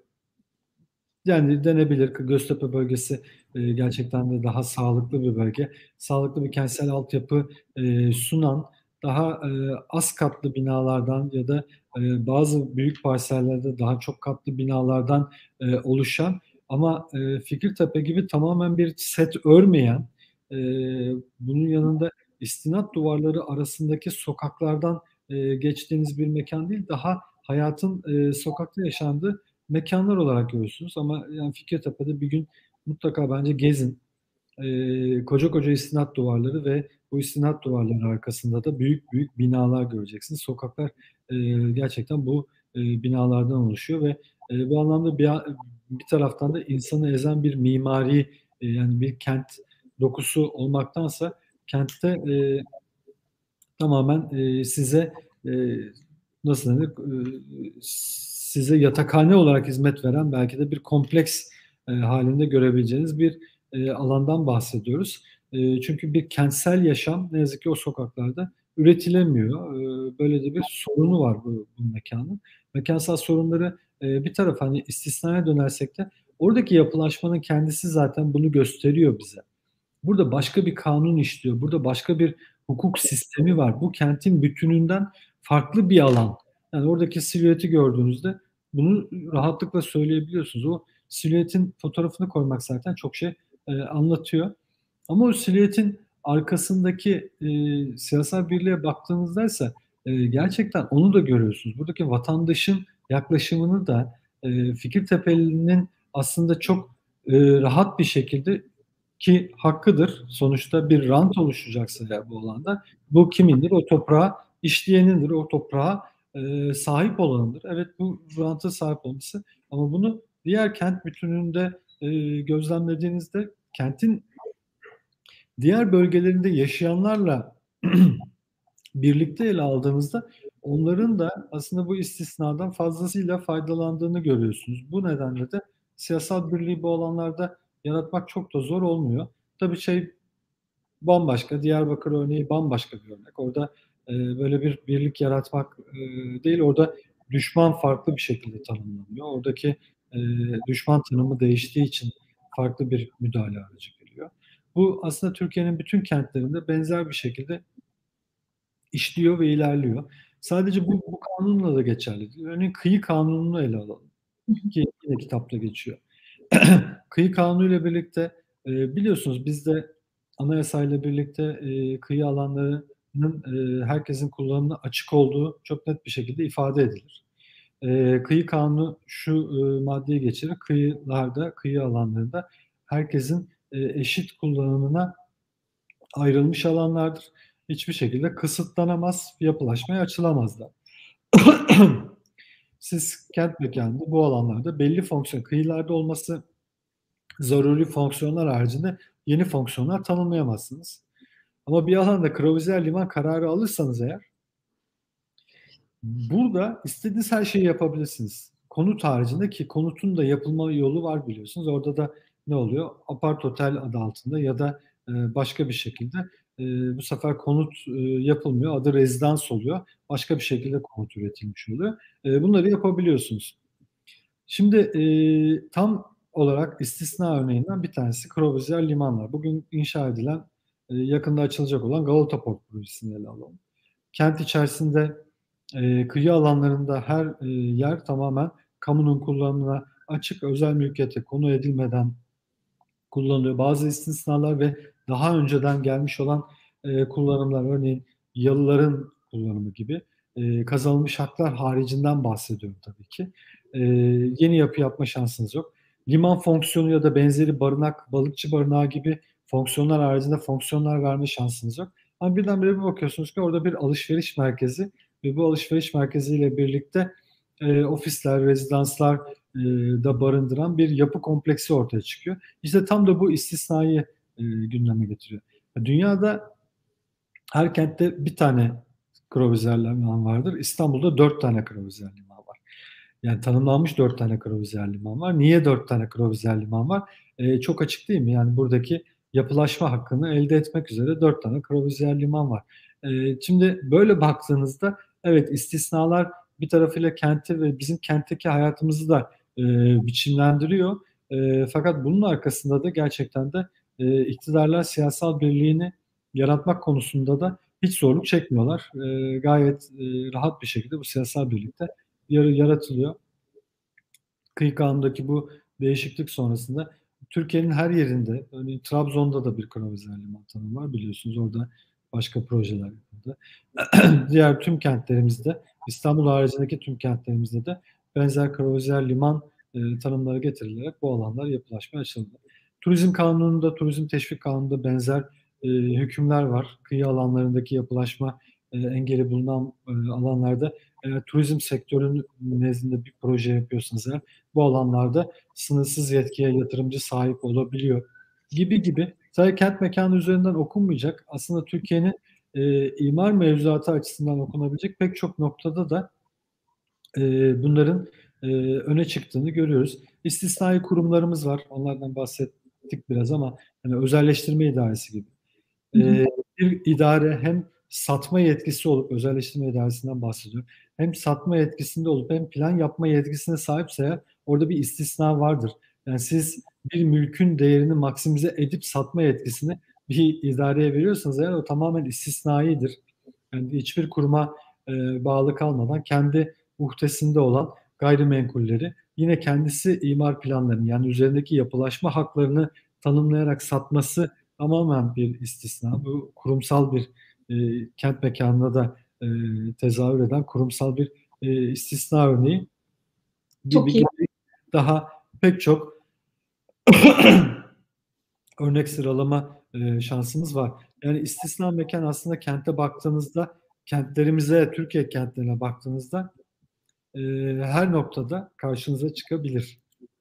B: yani denebilir. Göztepe bölgesi e, gerçekten de daha sağlıklı bir bölge. Sağlıklı bir kentsel altyapı e, sunan, daha e, az katlı binalardan ya da e, bazı büyük parsellerde daha çok katlı binalardan e, oluşan ama e, Fikirtepe gibi tamamen bir set örmeyen, e, bunun yanında istinat duvarları arasındaki sokaklardan e, geçtiğiniz bir mekan değil, daha hayatın e, sokakta yaşandığı mekanlar olarak görürsünüz. Ama yani Fikirtepe'de bir gün mutlaka bence gezin. Ee, koca koca istinat duvarları ve bu istinat duvarları arkasında da büyük büyük binalar göreceksiniz. Sokaklar e, gerçekten bu e, binalardan oluşuyor ve e, bu anlamda bir, bir taraftan da insanı ezen bir mimari e, yani bir kent dokusu olmaktansa kentte e, tamamen e, size e, nasıl denir e, size yatakhane olarak hizmet veren belki de bir kompleks e, halinde görebileceğiniz bir e, alandan bahsediyoruz. E, çünkü bir kentsel yaşam ne yazık ki o sokaklarda üretilemiyor. E, böyle de bir sorunu var bu, bu mekanın. Mekansal sorunları e, bir taraf hani istisnaya dönersek de oradaki yapılaşmanın kendisi zaten bunu gösteriyor bize. Burada başka bir kanun işliyor. Burada başka bir hukuk sistemi var. Bu kentin bütününden farklı bir alan. Yani oradaki silüeti gördüğünüzde bunu rahatlıkla söyleyebiliyorsunuz. O silüetin fotoğrafını koymak zaten çok şey e, anlatıyor. Ama o silüetin arkasındaki e, siyasal birliğe baktığınızda ise e, gerçekten onu da görüyorsunuz. Buradaki vatandaşın yaklaşımını da e, Fikirtepeli'nin aslında çok e, rahat bir şekilde ki hakkıdır. Sonuçta bir rant oluşacaksa ya bu alanda. Bu kimindir? O toprağa işleyenindir. O toprağa e, sahip olanındır. Evet bu ranta sahip olması ama bunu diğer kent bütününde e, gözlemlediğinizde kentin diğer bölgelerinde yaşayanlarla birlikte ele aldığımızda onların da aslında bu istisnadan fazlasıyla faydalandığını görüyorsunuz. Bu nedenle de siyasal birliği bu alanlarda yaratmak çok da zor olmuyor. Tabii şey bambaşka, Diyarbakır örneği bambaşka bir örnek. Orada e, böyle bir birlik yaratmak e, değil, orada düşman farklı bir şekilde tanımlanıyor. Oradaki e, düşman tanımı değiştiği için farklı bir müdahale aracı geliyor. Bu aslında Türkiye'nin bütün kentlerinde benzer bir şekilde işliyor ve ilerliyor. Sadece bu, bu kanunla da geçerli değil. Örneğin kıyı kanununu ele alalım. Ki yine kitapta geçiyor. Kıyı kanunu ile birlikte e, biliyorsunuz bizde anayasayla birlikte e, kıyı alanlarının e, herkesin kullanımına açık olduğu çok net bir şekilde ifade edilir. E, kıyı kanunu şu e, maddeyi geçirir. Kıyılarda, kıyı alanlarında herkesin e, eşit kullanımına ayrılmış alanlardır. Hiçbir şekilde kısıtlanamaz, yapılaşmaya açılamaz da. Siz kent mekanında bu alanlarda belli fonksiyon, kıyılarda olması zaruri fonksiyonlar haricinde yeni fonksiyonlar tanımlayamazsınız. Ama bir alanda krovizyer liman kararı alırsanız eğer burada istediğiniz her şeyi yapabilirsiniz. Konut haricinde ki konutun da yapılma yolu var biliyorsunuz. Orada da ne oluyor? Apart otel adı altında ya da e, başka bir şekilde e, bu sefer konut e, yapılmıyor. Adı rezidans oluyor. Başka bir şekilde konut üretilmiş oluyor. E, bunları yapabiliyorsunuz. Şimdi e, tam olarak istisna örneğinden bir tanesi Krovizyer Limanlar. Bugün inşa edilen, e, yakında açılacak olan Galata Port projesini ele alalım. Kent içerisinde e, kıyı alanlarında her e, yer tamamen kamunun kullanımına açık, özel mülkiyete konu edilmeden kullanılıyor. Bazı istisnalar ve daha önceden gelmiş olan e, kullanımlar, örneğin yalıların kullanımı gibi e, kazanılmış haklar haricinden bahsediyorum tabii ki. E, yeni yapı yapma şansınız yok. Liman fonksiyonu ya da benzeri barınak, balıkçı barınağı gibi fonksiyonlar haricinde fonksiyonlar verme şansınız yok. Ama birdenbire bir bakıyorsunuz ki orada bir alışveriş merkezi ve bu alışveriş merkeziyle birlikte e, ofisler, rezidanslar e, da barındıran bir yapı kompleksi ortaya çıkıyor. İşte tam da bu istisnayı e, gündeme getiriyor. Dünyada her kentte bir tane krovizyer liman vardır. İstanbul'da dört tane krovizyer liman var. Yani tanımlanmış dört tane kruvaziyer liman var. Niye dört tane kruvaziyer liman var? E, çok açık değil mi? Yani buradaki yapılaşma hakkını elde etmek üzere dört tane kruvaziyer liman var. E, şimdi böyle baktığınızda evet, istisnalar bir tarafıyla kenti ve bizim kentteki hayatımızı da e, biçimlendiriyor. E, fakat bunun arkasında da gerçekten de e, iktidarlar siyasal birliğini yaratmak konusunda da hiç zorluk çekmiyorlar. E, gayet e, rahat bir şekilde bu siyasal birlikte yaratılıyor. Kıyı Kanun'daki bu değişiklik sonrasında Türkiye'nin her yerinde, örneğin Trabzon'da da bir kruvaziyer liman tanımı var biliyorsunuz. Orada başka projeler yapıldı. Diğer tüm kentlerimizde, İstanbul haricindeki tüm kentlerimizde de benzer kruvaziyer liman e, tanımları getirilerek bu alanlar yapılaşmaya açıldı. Turizm Kanunu'nda, Turizm Teşvik Kanunu'nda benzer e, hükümler var. Kıyı alanlarındaki yapılaşma e, engeli bulunan e, alanlarda eğer turizm sektörünün nezdinde bir proje yapıyorsanız eğer bu alanlarda sınırsız yetkiye yatırımcı sahip olabiliyor gibi gibi. Sadece kent mekanı üzerinden okunmayacak. Aslında Türkiye'nin e, imar mevzuatı açısından okunabilecek pek çok noktada da e, bunların e, öne çıktığını görüyoruz. İstisnai kurumlarımız var. Onlardan bahsettik biraz ama hani özelleştirme idaresi gibi. E, bir idare hem satma yetkisi olup, özelleştirme idaresinden bahsediyorum, hem satma yetkisinde olup hem plan yapma yetkisine sahipse eğer orada bir istisna vardır. Yani siz bir mülkün değerini maksimize edip satma yetkisini bir idareye veriyorsanız eğer o tamamen istisnaidir. Yani hiçbir kuruma e, bağlı kalmadan kendi muhtesinde olan gayrimenkulleri yine kendisi imar planlarını, yani üzerindeki yapılaşma haklarını tanımlayarak satması tamamen bir istisna. Bu kurumsal bir e, kent mekanına da e, tezahür eden kurumsal bir e, istisna örneği gibi
A: Çok iyi.
B: gibi daha pek çok örnek sıralama e, şansımız var. Yani istisna mekan aslında kente baktığınızda, kentlerimize, Türkiye kentlerine baktığınızda e, her noktada karşınıza çıkabilir.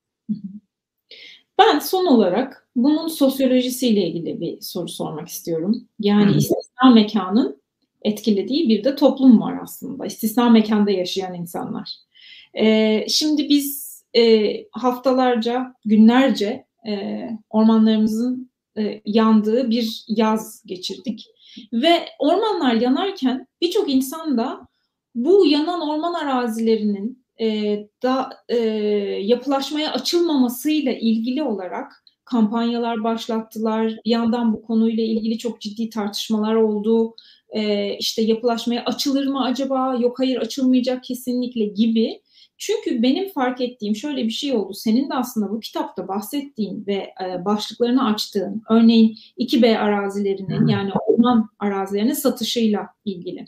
A: Ben son olarak bunun sosyolojisiyle ilgili bir soru sormak istiyorum. Yani istisna mekanın etkilediği bir de toplum var aslında. İstisna mekanda yaşayan insanlar. Ee, şimdi biz e, haftalarca, günlerce e, ormanlarımızın e, yandığı bir yaz geçirdik. Ve ormanlar yanarken birçok insan da bu yanan orman arazilerinin e, da e, yapılaşmaya açılmamasıyla ilgili olarak kampanyalar başlattılar. Bir yandan bu konuyla ilgili çok ciddi tartışmalar oldu. E, işte yapılaşmaya açılır mı acaba? Yok hayır açılmayacak kesinlikle gibi. Çünkü benim fark ettiğim şöyle bir şey oldu. Senin de aslında bu kitapta bahsettiğin ve e, başlıklarını açtığın, örneğin iki B arazilerinin yani orman arazilerinin satışıyla ilgili.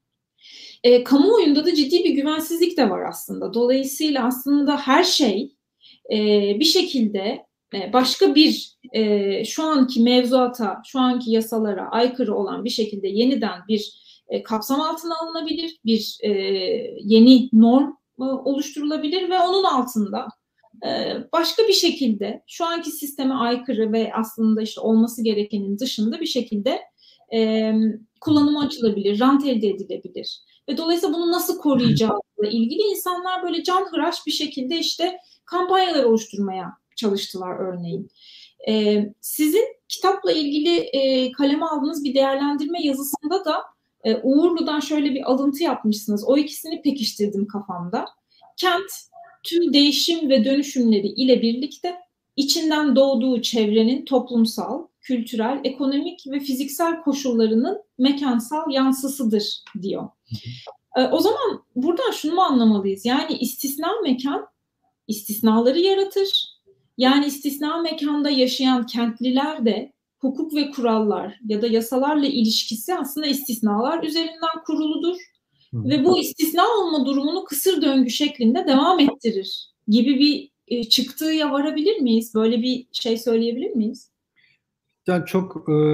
A: E, kamuoyunda da ciddi bir güvensizlik de var aslında. Dolayısıyla aslında her şey e, bir şekilde e, başka bir e, şu anki mevzuata, şu anki yasalara aykırı olan bir şekilde yeniden bir e, kapsam altına alınabilir, bir e, yeni norm e, oluşturulabilir ve onun altında e, başka bir şekilde şu anki sisteme aykırı ve aslında işte olması gerekenin dışında bir şekilde e, kullanıma açılabilir, rant elde edilebilir. Ve dolayısıyla bunu nasıl koruyacağıyla ilgili insanlar böyle canhıraş bir şekilde işte kampanyalar oluşturmaya çalıştılar örneğin. Ee, sizin kitapla ilgili e, kaleme aldığınız bir değerlendirme yazısında da e, Uğurlu'dan şöyle bir alıntı yapmışsınız. O ikisini pekiştirdim kafamda. Kent tüm değişim ve dönüşümleri ile birlikte içinden doğduğu çevrenin toplumsal, kültürel, ekonomik ve fiziksel koşullarının mekansal yansısıdır diyor. E, o zaman buradan şunu mu anlamalıyız? Yani istisna mekan istisnaları yaratır. Yani istisna mekanda yaşayan kentliler de hukuk ve kurallar ya da yasalarla ilişkisi aslında istisnalar üzerinden kuruludur. Hı. Ve bu istisna olma durumunu kısır döngü şeklinde devam ettirir gibi bir e, çıktıya varabilir miyiz? Böyle bir şey söyleyebilir miyiz?
B: Yani çok e,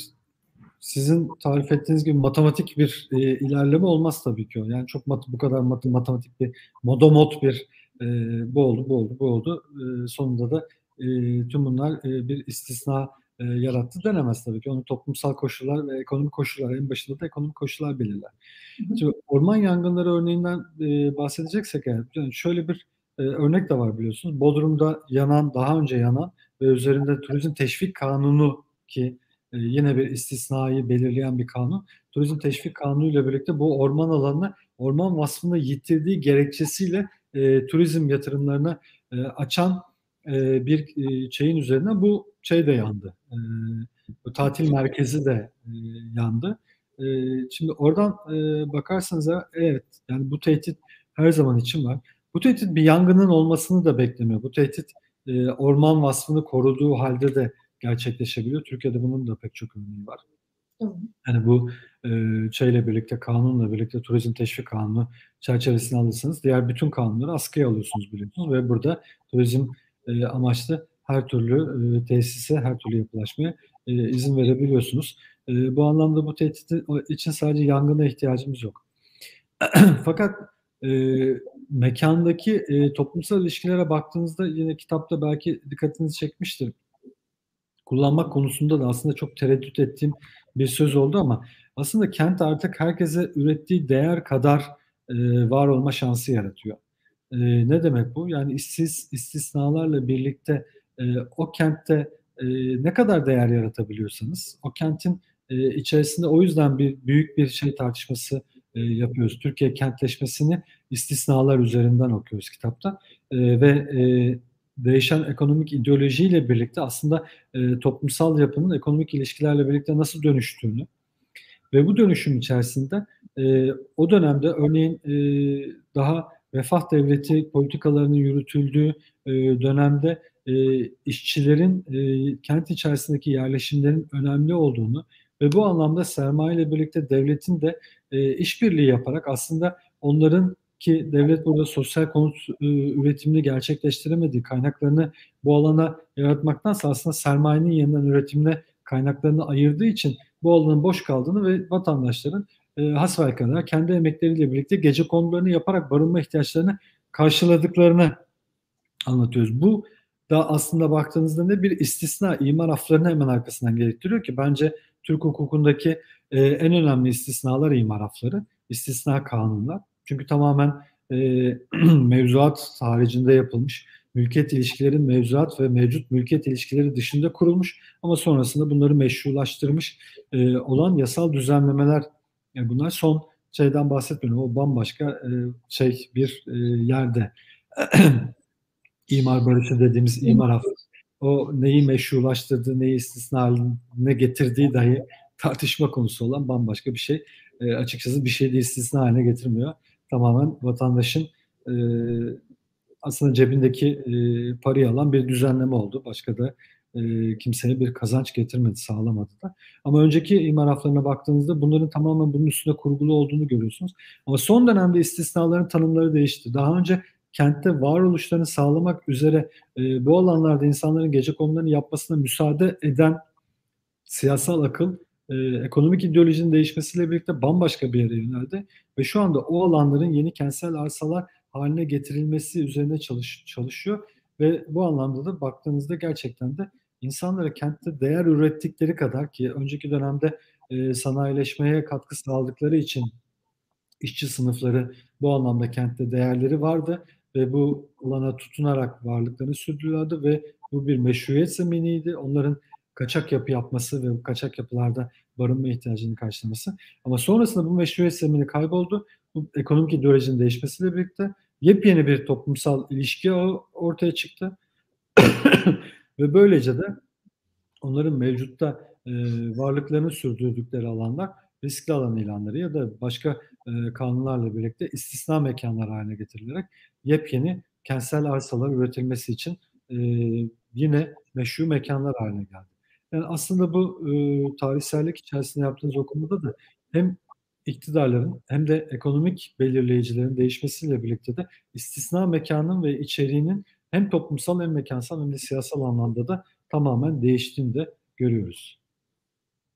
B: sizin tarif ettiğiniz gibi matematik bir e, ilerleme olmaz tabii ki o. Yani çok mat bu kadar mat matematik bir modomot bir e, bu oldu, bu oldu, bu oldu. E, sonunda da e, tüm bunlar e, bir istisna e, yarattı denemez tabii ki. Onu toplumsal koşullar ve ekonomik koşullar, en başında da ekonomik koşullar belirler. Şimdi orman yangınları örneğinden e, bahsedeceksek eğer, yani şöyle bir e, örnek de var biliyorsunuz. Bodrum'da yanan, daha önce yanan ve üzerinde turizm teşvik kanunu ki e, yine bir istisnayı belirleyen bir kanun. Turizm teşvik kanunu ile birlikte bu orman alanına orman vasfını yitirdiği gerekçesiyle e, turizm yatırımlarına e, açan e, bir e, şeyin üzerine bu şey de yandı. E, bu tatil merkezi de e, yandı. E, şimdi oradan e, bakarsanız da evet, yani bu tehdit her zaman için var. Bu tehdit bir yangının olmasını da beklemiyor. Bu tehdit e, orman vasfını koruduğu halde de gerçekleşebiliyor. Türkiye'de bunun da pek çok örneği var. Yani bu e, şeyle birlikte, kanunla birlikte, turizm teşvik kanunu çerçevesine alırsanız diğer bütün kanunları askıya alıyorsunuz biliyorsunuz ve burada turizm e, amaçlı her türlü e, tesise, her türlü yapılaşmaya e, izin verebiliyorsunuz. E, bu anlamda bu tehdit için sadece yangına ihtiyacımız yok. Fakat e, mekandaki e, toplumsal ilişkilere baktığınızda yine kitapta belki dikkatinizi çekmiştir. Kullanmak konusunda da aslında çok tereddüt ettiğim bir söz oldu ama aslında kent artık herkese ürettiği değer kadar e, var olma şansı yaratıyor. E, ne demek bu? Yani işsiz istisnalarla birlikte e, o kentte e, ne kadar değer yaratabiliyorsanız o kentin e, içerisinde o yüzden bir büyük bir şey tartışması e, yapıyoruz. Türkiye kentleşmesini istisnalar üzerinden okuyoruz kitapta e, ve e, değişen ekonomik ideolojiyle birlikte aslında e, toplumsal yapının ekonomik ilişkilerle birlikte nasıl dönüştüğünü ve bu dönüşüm içerisinde e, o dönemde örneğin e, daha refah devleti politikalarının yürütüldüğü e, dönemde e, işçilerin e, kent içerisindeki yerleşimlerin önemli olduğunu ve bu anlamda sermaye ile birlikte devletin de e, işbirliği yaparak aslında onların ki devlet burada sosyal konut e, üretimini gerçekleştiremediği kaynaklarını bu alana yaratmaktansa aslında sermayenin yeniden üretimine kaynaklarını ayırdığı için bu alanın boş kaldığını ve vatandaşların e, hasbelkader kendi emekleriyle birlikte gecekondularını yaparak barınma ihtiyaçlarını karşıladıklarını anlatıyoruz. Bu da aslında baktığınızda ne bir istisna, imar aflarını hemen arkasından gerektiriyor ki bence Türk hukukundaki e, en önemli istisnalar imar afları, istisna kanunlar. Çünkü tamamen e, mevzuat haricinde yapılmış, mülkiyet ilişkilerin mevzuat ve mevcut mülkiyet ilişkileri dışında kurulmuş ama sonrasında bunları meşrulaştırmış e, olan yasal düzenlemeler. Yani bunlar son şeyden bahsetmiyorum. O bambaşka e, şey bir e, yerde. İmar barışı dediğimiz imar affı. O neyi meşrulaştırdığı, neyi istisna haline getirdiği dahi tartışma konusu olan bambaşka bir şey. E, açıkçası bir şeyi de istisna haline getirmiyor. Tamamen vatandaşın e, aslında cebindeki e, parayı alan bir düzenleme oldu. Başka da e, kimseye bir kazanç getirmedi, sağlamadı da. Ama önceki imar haflarına baktığınızda bunların tamamen bunun üstüne kurgulu olduğunu görüyorsunuz. Ama son dönemde istisnaların tanımları değişti. Daha önce kentte varoluşlarını sağlamak üzere e, bu alanlarda insanların gecekondularını yapmasına müsaade eden siyasal akıl e, ekonomik ideolojinin değişmesiyle birlikte bambaşka bir yere yöneldi ve şu anda o alanların yeni kentsel arsalar haline getirilmesi üzerine çalış, çalışıyor ve bu anlamda da baktığınızda gerçekten de insanlara kentte değer ürettikleri kadar ki önceki dönemde e, sanayileşmeye katkı sağladıkları için işçi sınıfları bu anlamda kentte değerleri vardı ve bu alana tutunarak varlıklarını sürdürüyorlardı ve bu bir meşruiyet zeminiydi. Onların kaçak yapı yapması ve bu kaçak yapılarda barınma ihtiyacını karşılaması. Ama sonrasında bu meşruiyet zemini kayboldu. Bu ekonomik ideolojinin değişmesiyle birlikte yepyeni bir toplumsal ilişki ortaya çıktı. Ve böylece de onların mevcutta e, varlıklarını sürdürdükleri alanlar riskli alan ilanları ya da başka e, kanunlarla birlikte istisna mekanlar haline getirilerek yepyeni kentsel arsalar üretilmesi için e, yine meşru mekanlar haline geldi. Yani aslında bu e, tarihsellik içerisinde yaptığınız okumada da hem iktidarların hem de ekonomik belirleyicilerin değişmesiyle birlikte de istisna mekanın ve içeriğinin hem toplumsal hem mekansal hem de siyasal anlamda da tamamen değiştiğini de görüyoruz.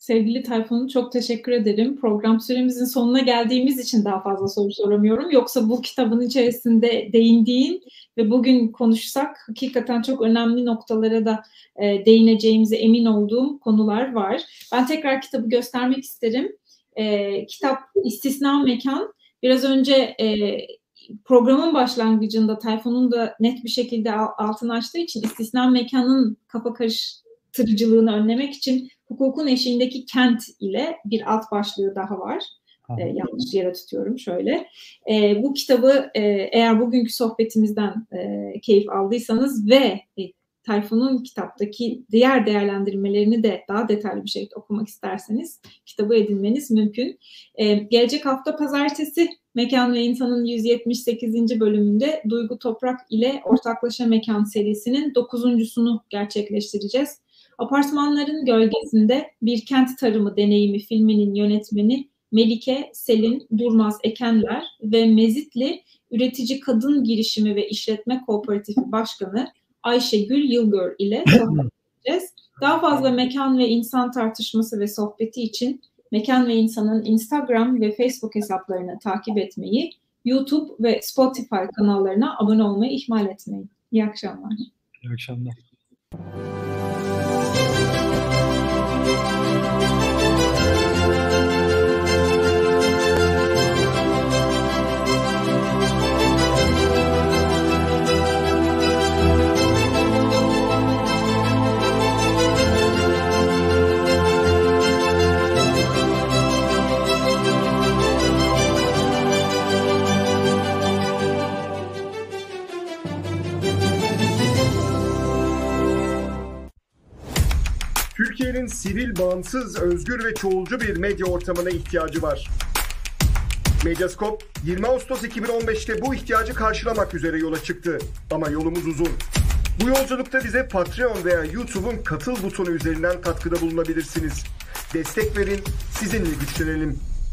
A: Sevgili Tayfun, çok teşekkür ederim. Program süremizin sonuna geldiğimiz için daha fazla soru soramıyorum. Yoksa bu kitabın içerisinde değindiğin ve bugün konuşsak hakikaten çok önemli noktalara da e, değineceğimize emin olduğum konular var. Ben tekrar kitabı göstermek isterim. E, kitap İstisna Mekan. Biraz önce e, programın başlangıcında Tayfun'un da net bir şekilde altını açtığı için istisna mekanın kafa karıştırıcılığını önlemek için hukukun eşiğindeki kent ile bir alt başlığı daha var. Ee, yanlış yere tutuyorum şöyle. Ee, bu kitabı e, eğer bugünkü sohbetimizden e, keyif aldıysanız ve e, Tayfun'un kitaptaki diğer değerlendirmelerini de daha detaylı bir şekilde okumak isterseniz kitabı edinmeniz mümkün. Ee, gelecek hafta pazartesi Mekan ve İnsan'ın yüz yetmiş sekizinci bölümünde Duygu Toprak ile Ortaklaşa Mekan serisinin dokuzuncusunu gerçekleştireceğiz. Apartmanların Gölgesinde Bir Kent Tarımı Deneyimi filminin yönetmeni Melike Selin Durmaz Ekenler ve Mezitli Üretici Kadın Girişimi ve İşletme Kooperatifi Başkanı Ayşegül Yılgör ile sohbet edeceğiz. Daha fazla mekan ve insan tartışması ve sohbeti için Mekan ve İnsan'ın Instagram ve Facebook hesaplarını takip etmeyi, YouTube ve Spotify kanallarına abone olmayı ihmal etmeyin. İyi akşamlar.
B: İyi akşamlar.
C: Türkiye'nin sivil, bağımsız, özgür ve çoğulcu bir medya ortamına ihtiyacı var. Medyascope, yirmi Ağustos iki bin on beş'te bu ihtiyacı karşılamak üzere yola çıktı. Ama yolumuz uzun. Bu yolculukta bize Patreon veya YouTube'un katıl butonu üzerinden katkıda bulunabilirsiniz. Destek verin, sizinle güçlenelim.